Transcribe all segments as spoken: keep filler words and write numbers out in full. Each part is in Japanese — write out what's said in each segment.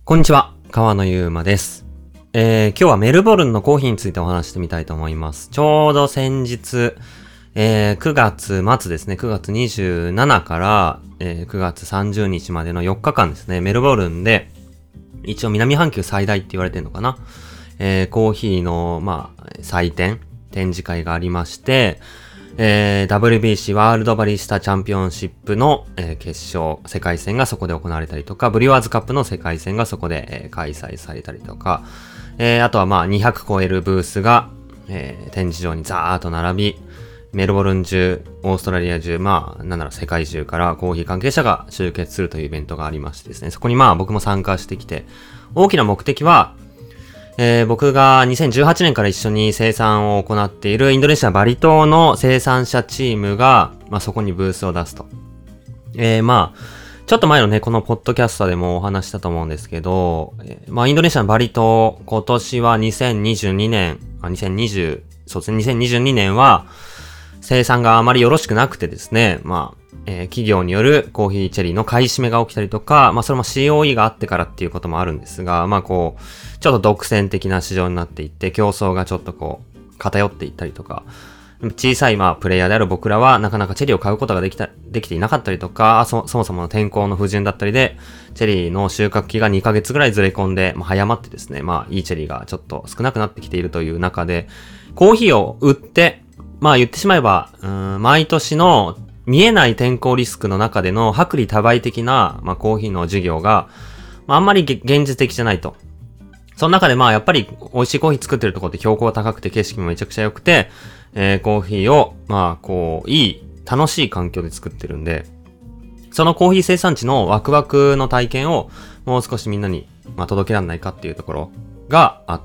こんにちは、川野ゆうまです。えー、今日はメルボルンのコーヒーについてお話してみたいと思います。ちょうど先日、えー、くがつ末ですね、くがつにじゅうしちから、えー、くがつさんじゅうにちまでのよっかかんですね、メルボルンで、一応南半球最大って言われてるのかな、えー、コーヒーの、まあ、祭典、展示会がありまして、えー、ダブリュービーシー ワールドバリスタチャンピオンシップの、えー、決勝、世界戦がそこで行われたりとか、ブリュワーズカップの世界戦がそこで、えー、開催されたりとか、えー、あとはまあにひゃく超えるブースが、えー、展示場にザーッと並び、メルボルン中、オーストラリア中、まあ、なんなら世界中からコーヒー関係者が集結するというイベントがありましてですね、そこにまあ僕も参加してきて、大きな目的は、えー、僕がにせんじゅうはちねんから一緒に生産を行っているインドネシアバリ島の生産者チームが、まあ、そこにブースを出すと。えー、まあ、ちょっと前のね、このポッドキャストでもお話したと思うんですけど、えー、まあ、インドネシアのバリ島、今年はにせんにじゅうにねん、あ、にせんにじゅう、そうですね、にせんにじゅうにねんは、生産があまりよろしくなくてですね、まあ、えー、企業によるコーヒーチェリーの買い占めが起きたりとか、まあそれも シーオーイー があってからっていうこともあるんですが、まあこう、ちょっと独占的な市場になっていって、競争がちょっとこう、偏っていったりとか、小さいまあプレイヤーである僕らはなかなかチェリーを買うことができた、できていなかったりとか、そ、そもそもの天候の不順だったりで、チェリーの収穫期がにかげつぐらいずれ込んで、まあ早まってですね、まあいいチェリーがちょっと少なくなってきているという中で、コーヒーを売って、まあ言ってしまえば、うーん、毎年の見えない天候リスクの中での薄利多売的な、まあ、コーヒーの事業が、まあ、あんまり現実的じゃないと。その中でまあやっぱり美味しいコーヒー作ってるところって標高が高くて景色もめちゃくちゃ良くて、えー、コーヒーをまあこういい楽しい環境で作ってるんで、そのコーヒー生産地のワクワクの体験をもう少しみんなにまあ届けられないかっていうところがあって、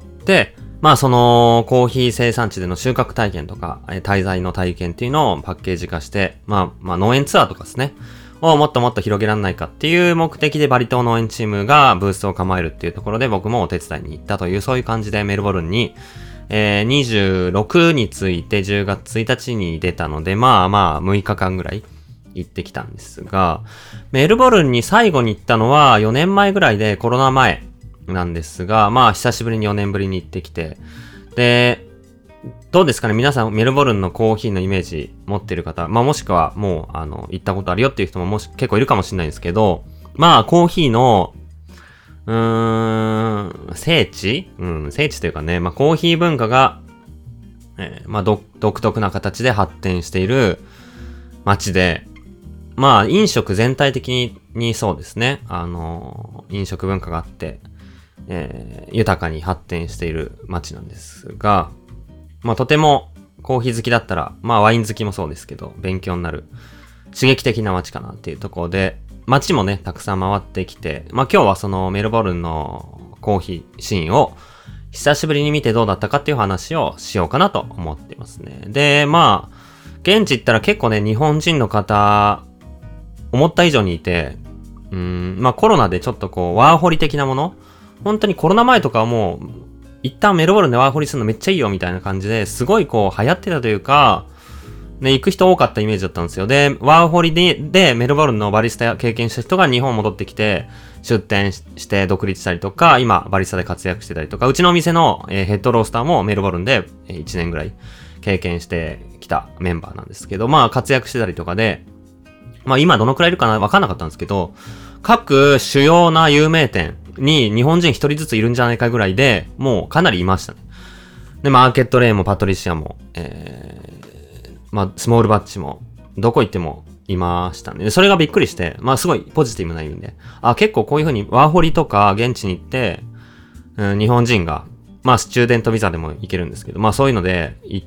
まあそのコーヒー生産地での収穫体験とか滞在の体験っていうのをパッケージ化して、まあまあ農園ツアーとかですね、をもっともっと広げられないかっていう目的でバリ島農園チームがブースを構えるっていうところで僕もお手伝いに行ったという、そういう感じでメルボルンに、えー、にじゅうろくについてじゅうがつついたちに出たので、まあまあむいかかんぐらい行ってきたんですが、メルボルンに最後に行ったのはよねんまえぐらいでコロナ前なんですが、まあ久しぶりによねんぶりに行ってきて、で、どうですかね、皆さんメルボルンのコーヒーのイメージ持ってる方、まあもしくはもうあの行ったことあるよっていう人ももし結構いるかもしれないんですけど、まあコーヒーのうーん聖地、うん、聖地というかね、まあコーヒー文化が、えー、まあ独特な形で発展している街で、まあ飲食全体的ににそうですね、あの飲食文化があって。えー、豊かに発展している街なんですが、まあとてもコーヒー好きだったら、まあワイン好きもそうですけど、勉強になる刺激的な街かなっていうところで、街もね、たくさん回ってきて、まあ今日はそのメルボルンのコーヒーシーンを久しぶりに見てどうだったかっていう話をしようかなと思ってますね。で、まあ、現地行ったら結構ね、日本人の方、思った以上にいて、うーん、まあコロナでちょっとこう、ワーホリ的なもの、本当にコロナ前とかはもう、一旦メルボルンでワーホリするのめっちゃいいよみたいな感じで、すごいこう流行ってたというか、ね、行く人多かったイメージだったんですよ。で、ワーホリで、で、メルボルンのバリスタ経験した人が日本戻ってきて、出店して独立したりとか、今、バリスタで活躍してたりとか、うちのお店の、えー、ヘッドロースターもメルボルンでいちねんぐらい経験してきたメンバーなんですけど、まあ活躍してたりとかで、まあ今どのくらいいるかなわかんなかったんですけど、各主要な有名店に日本人一人ずついるんじゃないかぐらいで、もうかなりいましたね。で、マーケットレーンもパトリシアも、えー、まあ、スモールバッチも、どこ行ってもいましたね。それがびっくりして、まあ、すごいポジティブな意味で。あ、結構こういう風にワーホリとか現地に行って、うん、日本人が、まあ、スチューデントビザでも行けるんですけど、まあ、そういうので行って、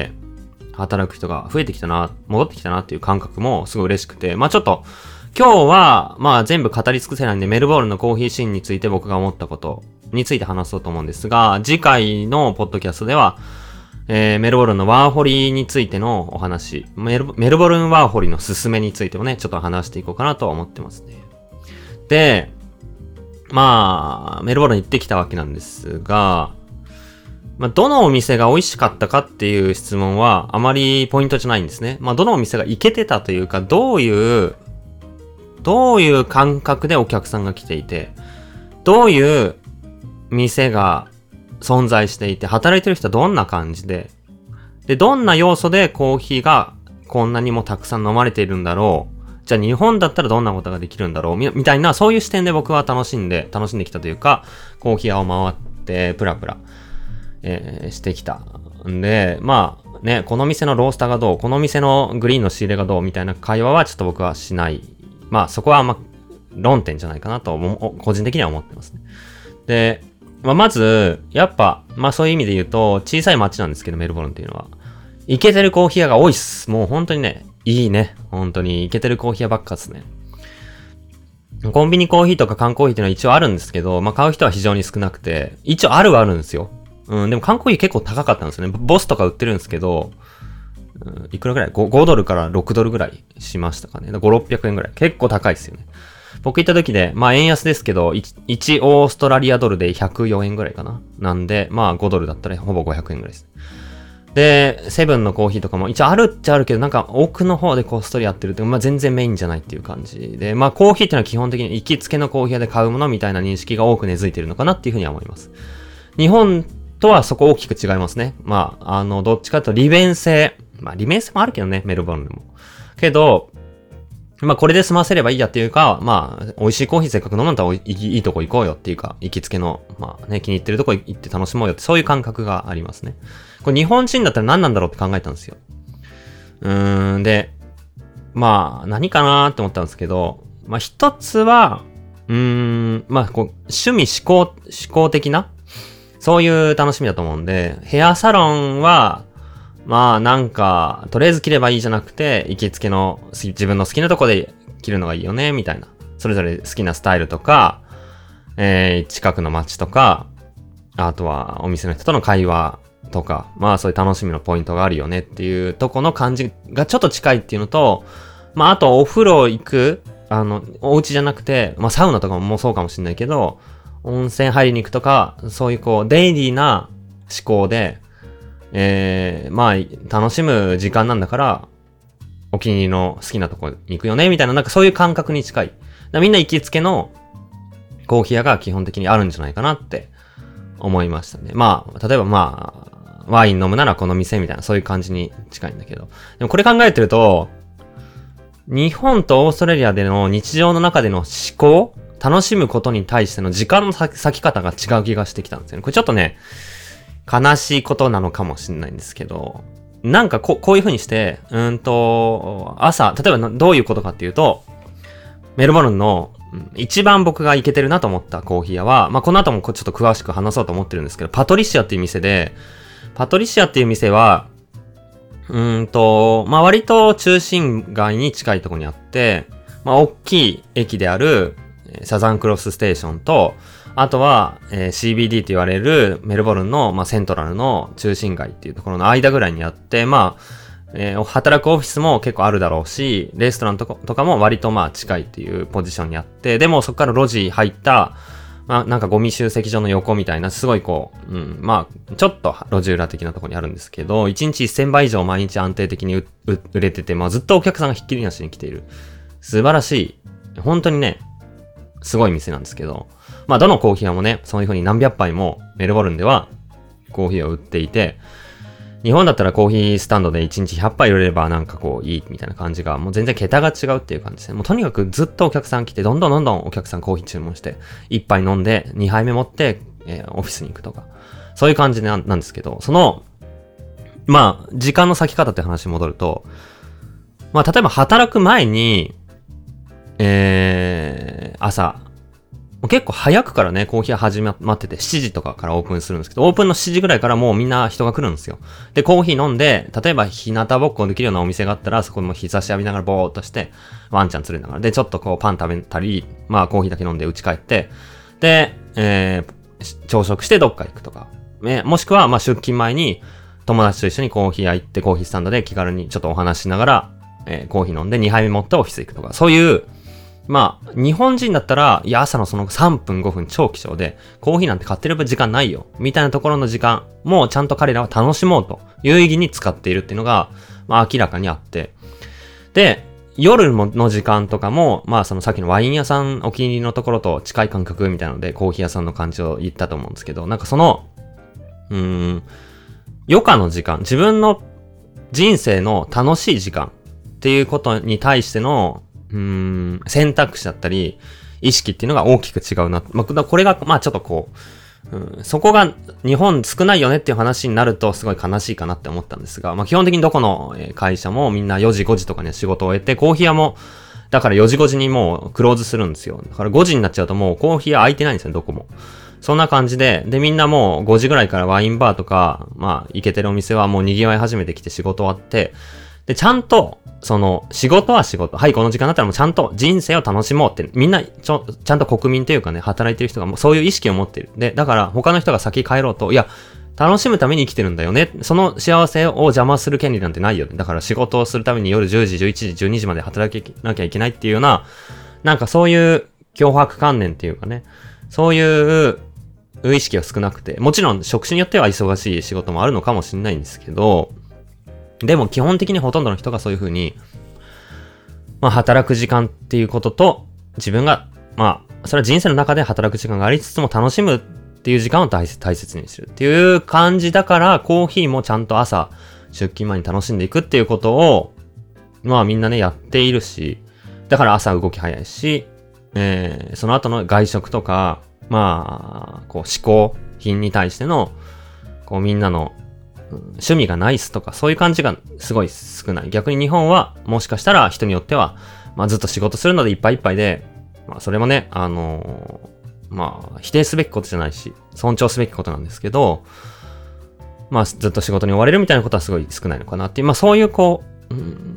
働く人が増えてきたな、戻ってきたなっていう感覚もすごい嬉しくて、まあ、ちょっと、今日は、まあ全部語り尽くせないんで、メルボルンのコーヒーシーンについて僕が思ったことについて話そうと思うんですが、次回のポッドキャストでは、えー、メルボルンのワーホリについてのお話、メル、メルボルンワーホリのすすめについてもね、ちょっと話していこうかなと思ってますね。で、まあ、メルボルン行ってきたわけなんですが、まあ、どのお店が美味しかったかっていう質問はあまりポイントじゃないんですね。まあ、どのお店が行けてたというか、どういう、どういう感覚でお客さんが来ていて、 どういう店が存在していて、働いてる人はどんな感じで、で、どんな要素でコーヒーがこんなにもたくさん飲まれているんだろう。じゃあ日本だったらどんなことができるんだろうみ、みたいな、そういう視点で僕は楽しんで、楽しんできたというか、コーヒー屋を回って、プラプラ、えー、してきたんで、まあね、この店のロースターがどう、この店のグリーンの仕入れがどうみたいな会話はちょっと僕はしない。まあそこはあんま論点じゃないかなと、個人的には思ってますね。で、まあ、まず、やっぱ、まあそういう意味で言うと、小さい町なんですけど、メルボルンっていうのは。イケてるコーヒー屋が多いっす。もう本当にね、いいね。本当にイケてるコーヒー屋ばっかっすね。コンビニコーヒーとか缶コーヒーっていうのは一応あるんですけど、まあ買う人は非常に少なくて、一応あるはあるんですよ。うん、でも缶コーヒー結構高かったんですよね。ボスとか売ってるんですけど、うん、いくらぐらい 5, 5ドルからろくドルぐらいしましたかね。ご、ろっぴゃくえんぐらい。結構高いですよね。僕行った時で、まあ円安ですけど、いちオーストラリアドルでひゃくよえんぐらいかな。なんで、まあごドルだったらほぼごひゃくえんぐらいです。で、セブンのコーヒーとかも一応あるっちゃあるけど、なんか奥の方でこっそりやってるって、まあ全然メインじゃないっていう感じで、まあコーヒーっていうのは基本的に行きつけのコーヒー屋で買うものみたいな認識が多く根付いてるのかなっていうふうには思います。日本とはそこ大きく違いますね。まあ、あの、どっちかというと利便性。まあ利便性もあるけどね、メルボルンでも。けど、まあこれで済ませればいいやっていうか、まあ美味しいコーヒーせっかく飲むんだったらいい、いいとこ行こうよっていうか、行きつけの、まあね、気に入ってるとこ行って楽しもうよって、そういう感覚がありますね。これ日本人だったら何なんだろうって考えたんですよ。うーん、で、まあ何かなーって思ったんですけど、まあ一つは、うーん、まあこう、趣味思考、思考的な、そういう楽しみだと思うんで、ヘアサロンは、まあなんか、とりあえず切ればいいじゃなくて、行きつけの、自分の好きなとこで切るのがいいよね、みたいな。それぞれ好きなスタイルとか、えー、近くの街とか、あとはお店の人との会話とか、まあそういう楽しみのポイントがあるよねっていうとこの感じがちょっと近いっていうのと、まああとお風呂行く、あの、お家じゃなくて、まあサウナとかもそうかもしれないけど、温泉入りに行くとか、そういうこう、デイリーな思考で、えー、まあ、楽しむ時間なんだから、お気に入りの好きなとこに行くよね、みたいな、なんかそういう感覚に近い。だみんな行きつけのコーヒー屋が基本的にあるんじゃないかなって思いましたね。まあ、例えばまあ、ワイン飲むならこの店みたいな、そういう感じに近いんだけど。でもこれ考えてると、日本とオーストラリアでの日常の中での思考、楽しむことに対しての時間の割き方が違う気がしてきたんですよね。これちょっとね、悲しいことなのかもしれないんですけど、なんかこ, こういう風にして、うんと、朝、例えばどういうことかっていうと、メルボルンの一番僕がイケてるなと思ったコーヒー屋は、まあ、この後もちょっと詳しく話そうと思ってるんですけど、パトリシアっていう店で、パトリシアっていう店は、うんと、まあ、割と中心街に近いところにあって、まあ、大きい駅であるサザンクロスステーションと、あとは、えー、シービーディー と言われるメルボルンの、まあ、セントラルの中心街っていうところの間ぐらいにあって、まあ、えー、働くオフィスも結構あるだろうし、レストランとか、とかも割とまあ近いっていうポジションにあって、でもそこから路地入った、まあなんかゴミ集積所の横みたいな、すごいこう、うん、まあ、ちょっと路地裏的なところにあるんですけど、いちにちせんばい以上毎日安定的に売れてて、まあずっとお客さんがひっきりなしに来ている。素晴らしい。本当にね、すごい店なんですけど、まあどのコーヒー屋もね、そういう風に何百杯もメルボルンではコーヒーを売っていて、日本だったらコーヒースタンドでいちにちひゃっぱい売れればなんかこういいみたいな感じが、もう全然桁が違うっていう感じですね。もうとにかくずっとお客さん来て、どんどんどんどんお客さんコーヒー注文して、いっぱい飲んで、にはいめ持って、えー、オフィスに行くとか、そういう感じなんですけど、その、まあ、時間の割き方って話に戻ると、まあ、例えば働く前に、えー、朝、結構早くからね、コーヒー始まってて、しちじとかからオープンするんですけど、オープンのしちじぐらいからもうみんな人が来るんですよ。で、コーヒー飲んで、例えば日向ぼっこできるようなお店があったら、そこでも日差し浴びながらぼーっとして、ワンちゃん連れながら、で、ちょっとこうパン食べたり、まあコーヒーだけ飲んで家帰って、で、えー、朝食してどっか行くとか、ね、もしくはまあ出勤前に友達と一緒にコーヒー屋行って、コーヒースタンドで気軽にちょっとお話ししながら、えー、コーヒー飲んでにはいめ持ってオフィス行くとか、そういう、まあ、日本人だったら、いや、朝のそのさんぷんごふん超貴重で、コーヒーなんて買ってる時間ないよ、みたいなところの時間もちゃんと彼らは楽しもうという意義に使っているっていうのが、まあ明らかにあって。で、 夜の時間とかも、まあそのさっきのワイン屋さんお気に入りのところと近い感覚みたいなので、コーヒー屋さんの感じを言ったと思うんですけど、なんかその、うーん、余暇の時間、自分の人生の楽しい時間っていうことに対しての、うーん、選択肢だったり、意識っていうのが大きく違うな。まあ、これが、まあちょっとこう、うん、そこが日本少ないよねっていう話になるとすごい悲しいかなって思ったんですが、まあ基本的にどこの会社もみんなよじごじとかに仕事を終えて、コーヒー屋もだからよじごじにもうクローズするんですよ。だからごじになっちゃうともうコーヒー屋空いてないんですよ、どこも。そんな感じで、でみんなもうごじぐらいからワインバーとか、まあ行けてるお店はもう賑わい始めてきて仕事終わって、でちゃんとその仕事は仕事、はいこの時間だったらもうちゃんと人生を楽しもうってみんなちょちゃんと国民というかね働いてる人がもうそういう意識を持ってる。でだから他の人が先帰ろうといや楽しむために生きてるんだよね。その幸せを邪魔する権利なんてないよ。だから仕事をするために夜じゅうじ、じゅういちじ、じゅうにじまで働きなきゃいけないっていうようななんかそういう強迫観念っていうかね、そういう意識は少なくて、もちろん職種によっては忙しい仕事もあるのかもしれないんですけど、でも基本的にほとんどの人がそういう風に、まあ働く時間っていうことと、自分が、まあ、それは人生の中で働く時間がありつつも楽しむっていう時間を大切にするっていう感じだから、コーヒーもちゃんと朝、出勤前に楽しんでいくっていうことを、まあみんなね、やっているし、だから朝動き早いし、えー、その後の外食とか、まあ、こう、嗜好品に対しての、こうみんなの、趣味がナイスとかそういう感じがすごい少ない。逆に日本はもしかしたら人によっては、まあずっと仕事するのでいっぱいいっぱいで、まあそれもね、あのー、まあ否定すべきことじゃないし、尊重すべきことなんですけど、まあずっと仕事に追われるみたいなことはすごい少ないのかなっていう、まあそういうこう、うん、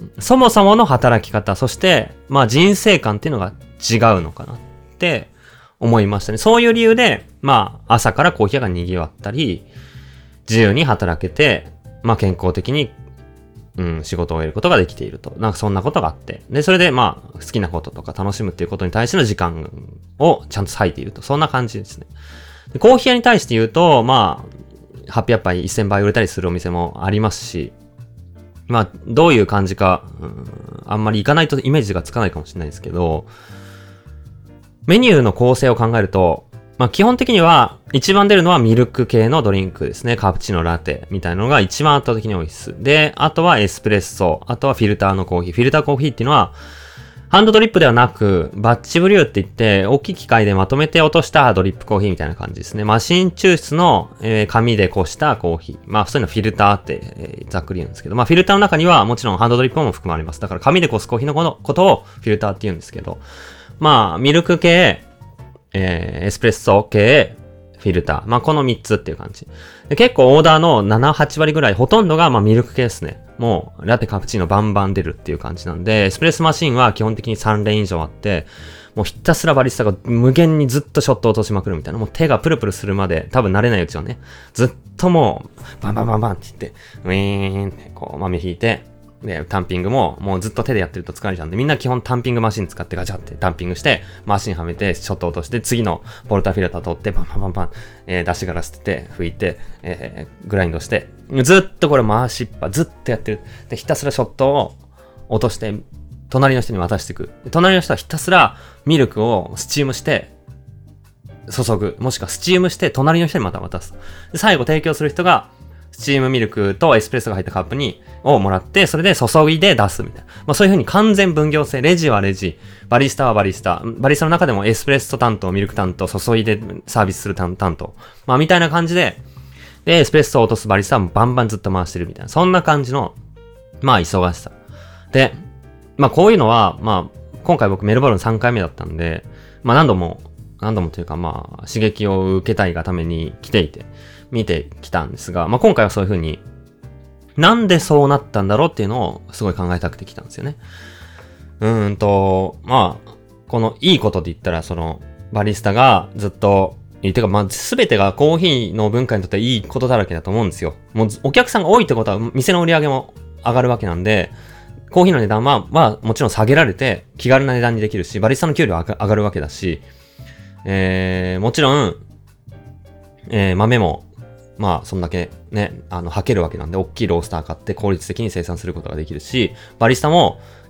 そもそもの働き方、そしてまあ人生観っていうのが違うのかなって思いましたね。そういう理由で、まあ朝からコーヒー屋が賑わったり、自由に働けて、まあ健康的に、うん、仕事を終えることができていると。なんかそんなことがあって。で、それでまあ好きなこととか楽しむっていうことに対しての時間をちゃんと割いていると。そんな感じですね。でコーヒー屋に対して言うと、まあ、はっぴゃくばい、せんばい売れたりするお店もありますし、まあ、どういう感じか、うん、あんまりいかないとイメージがつかないかもしれないですけど、メニューの構成を考えると、まあ基本的には一番出るのはミルク系のドリンクですね。カプチーノ、ラテみたいなのが一番圧倒的に多いです。で、あとはエスプレッソ、あとはフィルターのコーヒー。フィルターコーヒーっていうのはハンドドリップではなくバッチブリューって言って大きい機械でまとめて落としたドリップコーヒーみたいな感じですね。マシン抽出の、えー、紙でこしたコーヒー。まあそういうのフィルターって、えー、ざっくり言うんですけど、まあフィルターの中にはもちろんハンドドリップも含まれます。だから紙でこすコーヒーのことをフィルターって言うんですけど、まあミルク系、えー、エスプレッソ系、フィルター。まあ、このみっつっていう感じ。で結構オーダーのなな、はちわりぐらい、ほとんどがまあミルク系ですね。もう、ラテ、カプチーノバンバン出るっていう感じなんで、エスプレッソマシンは基本的にさんレーン以上あって、もうひたすらバリスタが無限にずっとショットを落としまくるみたいな。もう手がプルプルするまで、多分慣れないうちはね、ずっともう、バンバンバンバンって言って、ウィーンってこう豆引いて、で、タンピングももうずっと手でやってると疲れちゃうんで、みんな基本タンピングマシン使ってガチャってタンピングして、マシンはめて、ショット落として、次のポルタフィルター取って、パンパンパンパン、えー、出し殻捨てて、拭いて、えー、グラインドして、ずっとこれ回しっぱ、ずっとやってる。で、ひたすらショットを落として、隣の人に渡していく。隣の人はひたすらミルクをスチームして、注ぐ。もしくはスチームして、隣の人にまた渡す。で、最後提供する人が、スチームミルクとエスプレッソが入ったカップに、をもらって、それで注いで出すみたいな。まあそういう風に完全分業制、レジはレジ、バリスタはバリスタ、バリスタの中でもエスプレッソ担当、ミルク担当、注いでサービスする担当。まあみたいな感じで、で、エスプレッソを落とすバリスタはもうバンバンずっと回してるみたいな。そんな感じの、まあ忙しさ。で、まあこういうのは、まあ今回僕メルボルンさんかいめだったんで、まあ何度も、何度もというかまあ刺激を受けたいがために来ていて、見てきたんですが、まあ今回はそういう風に、なんでそうなったんだろうっていうのをすごい考えたくて来たんですよね。うーんと、まあ、このいいことで言ったら、その、バリスタがずっと、てかまあ全てがコーヒーの文化にとっていいことだらけだと思うんですよ。もうお客さんが多いってことは店の売り上げも上がるわけなんで、コーヒーの値段は、まあもちろん下げられて気軽な値段にできるし、バリスタの給料は上がるわけだし、えー、もちろん、えー、豆も、まあ、そんだけね、あの、はけるわけなんで、大きいロースター買って効率的に生産することができるし、バリスタも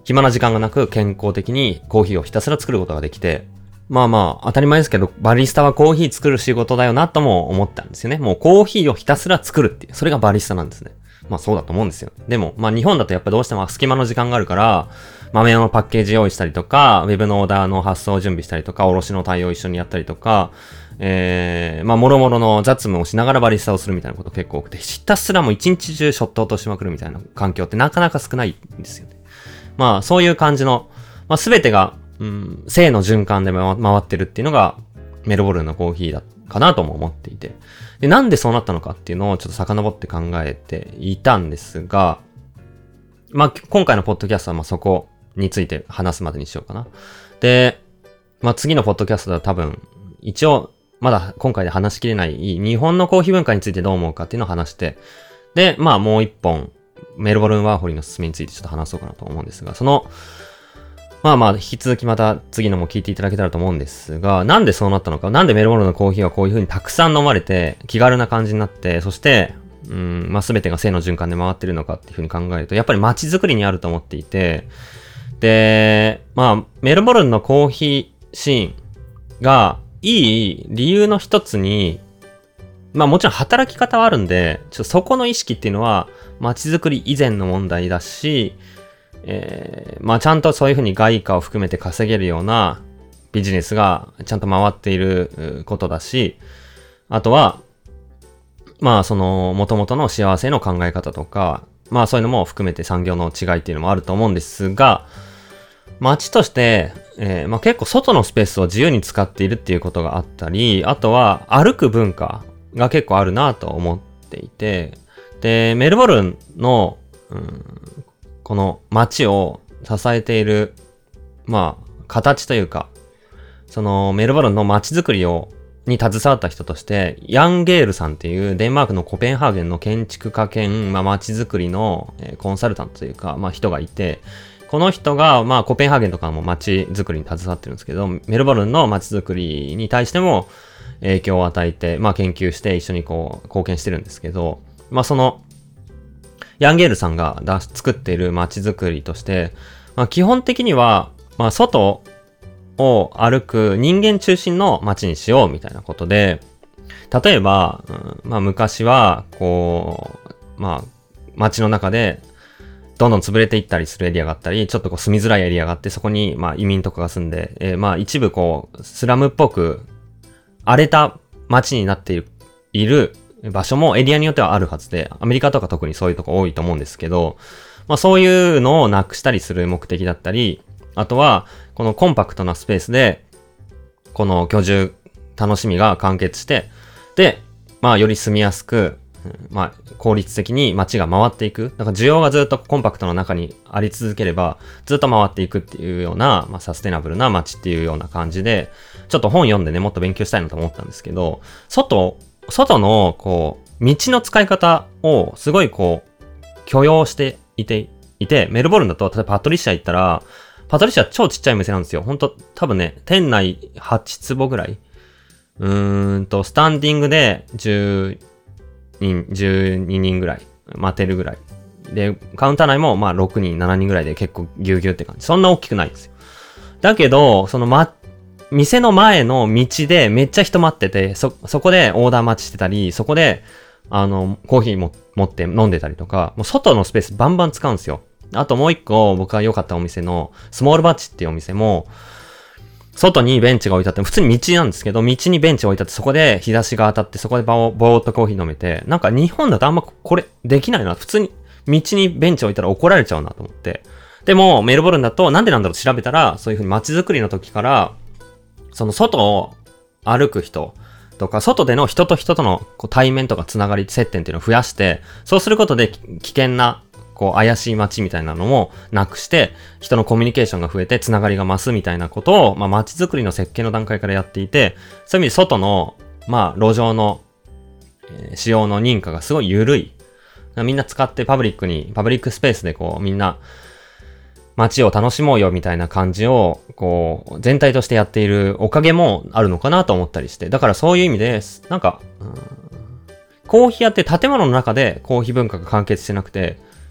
暇な時間がなく健康的にコーヒーをひたすら作ることができて、まあまあ当たり前ですけど、バリスタはコーヒー作る仕事だよなとも思ったんですよね。もうコーヒーをひたすら作るっていう、それがバリスタなんですね。まあそうだと思うんですよ。でも、まあ日本だとやっぱどうしても隙間の時間があるから、豆のパッケージ用意したりとか、ウェブのオーダーの発送を準備したりとか、卸の対応を一緒にやったりとか、えー、まあもろもろの雑務をしながらバリスタをするみたいなこと結構多くて、ひたすらもう一日中ショット落としまくるみたいな環境ってなかなか少ないんですよね。まあそういう感じの、まあ全てが、うん、正の循環で回ってるっていうのがメルボルンのコーヒーだかなとも思っていて、で、なんでそうなったのかっていうのをちょっと遡って考えていたんですが、まあ今回のポッドキャストはまあそこについて話すまでにしようかな。で、まあ次のポッドキャストでは多分、一応まだ今回で話しきれない日本のコーヒー文化についてどう思うかっていうのを話して、で、まあもう一本、メルボルンワーホリの進めについてちょっと話そうかなと思うんですが、その、まあまあ引き続きまた次のも聞いていただけたらと思うんですが、なんでそうなったのか、なんでメルボルンのコーヒーはこういう風にたくさん飲まれて気軽な感じになって、そして、うん、まあ全てが正の循環で回ってるのかっていう風に考えると、やっぱり街づくりにあると思っていて、で、まあメルボルンのコーヒーシーンがいい理由の一つに、まあもちろん働き方はあるんで、ちょっとそこの意識っていうのは街づくり以前の問題だし、えー、まあちゃんとそういうふうに外貨を含めて稼げるようなビジネスがちゃんと回っていることだし、あとは、まあその元々の幸せの考え方とか、まあそういうのも含めて産業の違いっていうのもあると思うんですが、街として、えー、まあ結構外のスペースを自由に使っているっていうことがあったり、あとは歩く文化が結構あるなと思っていて、で、メルボルンの、うん、この街を支えている、まあ、形というか、そのメルボルンの街づくりを、に携わった人として、ヤンゲールさんっていうデンマークのコペンハーゲンの建築家兼、まあ街づくりのコンサルタントというか、まあ人がいて、この人が、まあコペンハーゲンとかも街づくりに携わってるんですけど、メルボルンの街づくりに対しても影響を与えて、まあ研究して一緒にこう貢献してるんですけど、まあその、ヤンゲールさんが作っている街づくりとして、まあ基本的には、まあ外を歩く人間中心の街にしようみたいなことで、例えば、うん、まあ昔は、こう、まあ街の中でどんどん潰れていったりするエリアがあったり、ちょっとこう住みづらいエリアがあって、そこにまあ移民とかが住んで、えー、まあ一部こうスラムっぽく荒れた街になっている、いる場所もエリアによってはあるはずで、アメリカとか特にそういうとこ多いと思うんですけど、まあそういうのをなくしたりする目的だったり、あとはこのコンパクトなスペースでこの居住楽しみが完結して、で、まあより住みやすく、まあ効率的に街が回っていく。だから需要がずっとコンパクトの中にあり続ければずっと回っていくっていうような、まあサステナブルな街っていうような感じで、ちょっと本読んでね、もっと勉強したいなと思ったんですけど、外、外のこう道の使い方をすごいこう許容していて、いて、メルボルンだと例えばパトリシア行ったら、パトリシア超ちっちゃい店なんですよ。ほんと、多分ね、店内はちつぼぐらい。うーんと、スタンディングでじゅうにん、じゅうににんぐらい。待てるぐらい。で、カウンター内もまあろくにん、しちにんぐらいで結構ギュうギュうって感じ。そんな大きくないんですよ。だけど、そのま、店の前の道でめっちゃ人待ってて、そ、そこでオーダー待ちしてたり、そこで、あの、コーヒーも持って飲んでたりとか、もう外のスペースバンバン使うんですよ。あともう一個僕が良かったお店のスモールバッチっていうお店も、外にベンチが置いてあって、普通に道なんですけど、道にベンチが置いてあって、そこで日差しが当たって、そこでぼーっとコーヒー飲めて、なんか日本だとあんまこれできないな。普通に道にベンチ置いたら怒られちゃうなと思って。でもメルボルンだとなんでなんだろう調べたら、そういう風に街づくりの時から、その外を歩く人とか、外での人と人とのこう対面とかつながり、接点っていうのを増やして、そうすることで危険なこう怪しい街みたいなのもなくして、人のコミュニケーションが増えてつながりが増すみたいなことを、まあ街づくりの設計の段階からやっていて、そういう意味で外の、まあ路上の、えー、使用の認可がすごい緩い。みんな使ってパブリックに、パブリックスペースでこうみんな街を楽しもうよみたいな感じを、こう全体としてやっているおかげもあるのかなと思ったりして、だからそういう意味で、なんか、うん、コーヒー屋って建物の中でコーヒー文化が完結してなくて、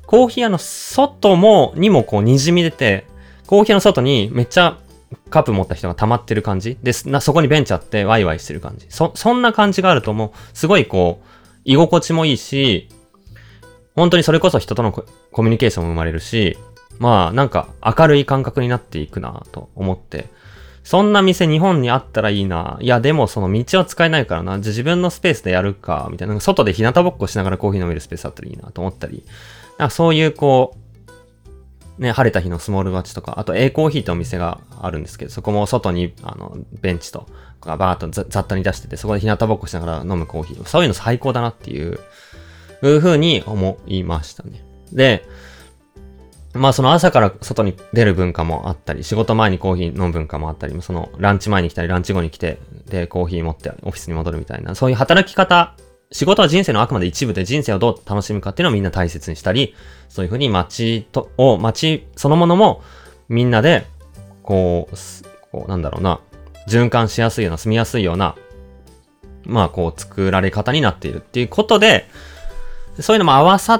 コーヒー屋の外も、にもこう滲み出て、コーヒー屋の外にめっちゃカップ持った人が溜まってる感じで、なそこにベンチあってワイワイしてる感じ。そ、そんな感じがあるともう、すごいこう、居心地もいいし、本当にそれこそ人とのコミュニケーションも生まれるし、まあなんか明るい感覚になっていくなと思って、そんな店日本にあったらいいな。いやでもその道は使えないからな。じゃ自分のスペースでやるか、みたいな。外で日向ぼっこしながらコーヒー飲めるスペースあったらいいなと思ったり。なんかそういうこう、ね、晴れた日のスモールバッチとか、あと A コーヒーってお店があるんですけど、そこも外にあのベンチとかバーッと雑多に出してて、そこで日向ぼっこしながら飲むコーヒー。そういうの最高だなっていう、いう風に思いましたね。で、まあその朝から外に出る文化もあったり、仕事前にコーヒー飲む文化もあったり、そのランチ前に来たり、ランチ後に来て、で、コーヒー持ってオフィスに戻るみたいな、そういう働き方、仕事は人生のあくまで一部で人生をどう楽しむかっていうのをみんな大切にしたり、そういう風に街と、を、街そのものもみんなで、こう、こうなんだろうな、循環しやすいような、住みやすいような、まあこう作られ方になっているっていうことで、そういうのも合わさって、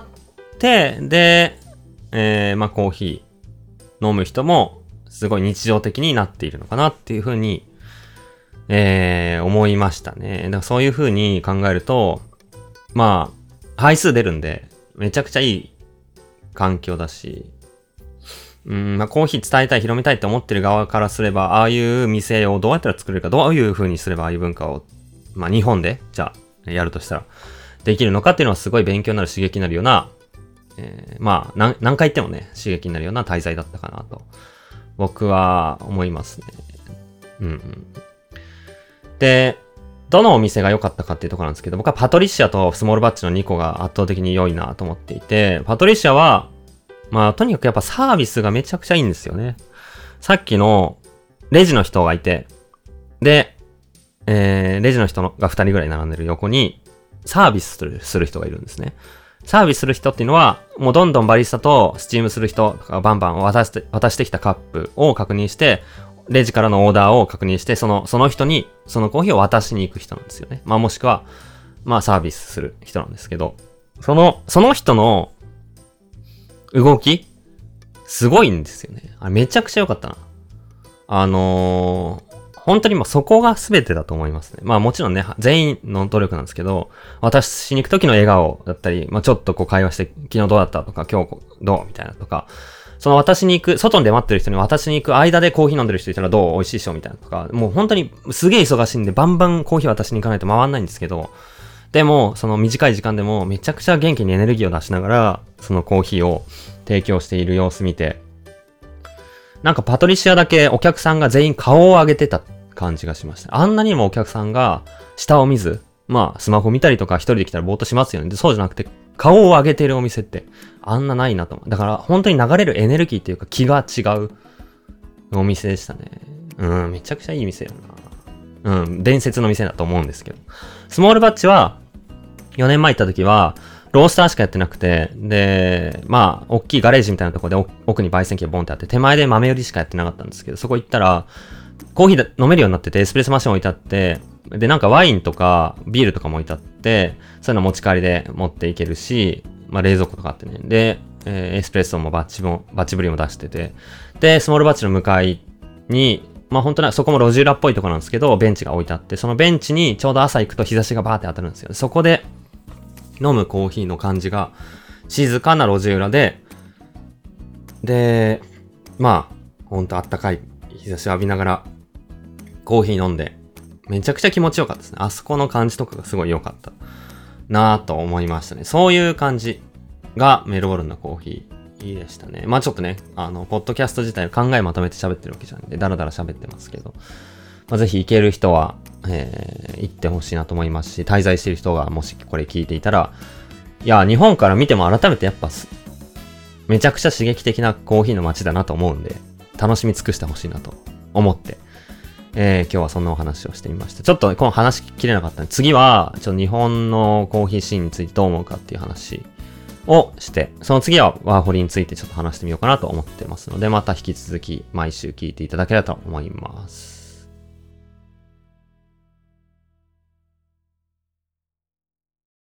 で、えー、まあコーヒー飲む人もすごい日常的になっているのかなっていうふうに、えー、思いましたね。だからそういうふうに考えると、まあ、配数出るんで、めちゃくちゃいい環境だし、うん、まあコーヒー伝えたい、広めたいって思ってる側からすれば、ああいう店をどうやったら作れるか、どういうふうにすればああいう文化を、まあ日本で、じゃあ、やるとしたら、できるのかっていうのはすごい勉強になる、刺激になるような、えー、まあ何、何回言ってもね、刺激になるような滞在だったかなと、僕は思いますね。うんうん。で、どのお店が良かったかっていうところなんですけど、僕はパトリシアとスモールバッチのにこが圧倒的に良いなと思っていて、パトリシアは、まあ、とにかくやっぱサービスがめちゃくちゃいいんですよね。さっきの、レジの人がいて、で、えー、レジの人がふたりぐらい並んでる横に、サービスする人がいるんですね。サービスする人っていうのは、もうどんどんバリスタとスチームする人とかバンバン渡して、渡してきたカップを確認して、レジからのオーダーを確認して、その、その人に、そのコーヒーを渡しに行く人なんですよね。まあもしくは、まあサービスする人なんですけど、その、その人の動き、すごいんですよね。あれめちゃくちゃ良かったな。あのー、本当にもうそこが全てだと思いますね。まあもちろんね、全員の努力なんですけど、渡しに行く時の笑顔だったり、まあちょっとこう会話して、昨日どうだったとか、今日どうみたいなとか、その渡しに行く、外で待ってる人に渡しに行く間でコーヒー飲んでる人いたらどう美味しいっしょみたいなとか、もう本当にすげえ忙しいんでバンバンコーヒー渡しに行かないと回んないんですけど、でも、その短い時間でもめちゃくちゃ元気にエネルギーを出しながら、そのコーヒーを提供している様子見て、なんかパトリシアだけお客さんが全員顔を上げてた感じがしました。あんなにもお客さんが下を見ず、まあスマホ見たりとか一人で来たらぼーっとしますよね。で、そうじゃなくて顔を上げているお店ってあんなないなと思う。だから本当に流れるエネルギーっていうか気が違うお店でしたね。うん、めちゃくちゃいい店やな。うん、伝説の店だと思うんですけど。スモールバッチはよねんまえ行った時はロースターしかやってなくて、で、まあ、大きいガレージみたいなところで奥に焙煎機がボンってあって、手前で豆売りしかやってなかったんですけど、そこ行ったら、コーヒー飲めるようになってて、エスプレッソマシン置いてあって、で、なんかワインとかビールとかも置いてあって、そういうの持ち帰りで持っていけるし、まあ冷蔵庫とかあってね。で、えー、エスプレッソもバッチも、バッチブリも出してて、で、スモールバッチの向かいに、まあ本当にそこも路地裏っぽいところなんですけど、ベンチが置いてあって、そのベンチにちょうど朝行くと日差しがバーって当たるんですよ。そこで飲むコーヒーの感じが静かな路地裏で、で、まあ、ほんとあったかい日差しを浴びながらコーヒー飲んで、めちゃくちゃ気持ちよかったですね。あそこの感じとかがすごい良かったなぁと思いましたね。そういう感じがメルボルンのコーヒーいいでしたね。まあちょっとね、あの、ポッドキャスト自体考えまとめて喋ってるわけじゃんで、だらだら喋ってますけど、まあ、ぜひ行ける人は、えー、行ってほしいなと思いますし、滞在してる人がもしこれ聞いていたら、いや、日本から見ても改めてやっぱ、めちゃくちゃ刺激的なコーヒーの街だなと思うんで、楽しみ尽くしてほしいなと思って、えー、今日はそんなお話をしてみました。ちょっとこの話しきれなかったので、次は、ちょっと日本のコーヒーシーンについてどう思うかっていう話をして、その次はワーホリについてちょっと話してみようかなと思ってますので、また引き続き毎週聞いていただければと思います。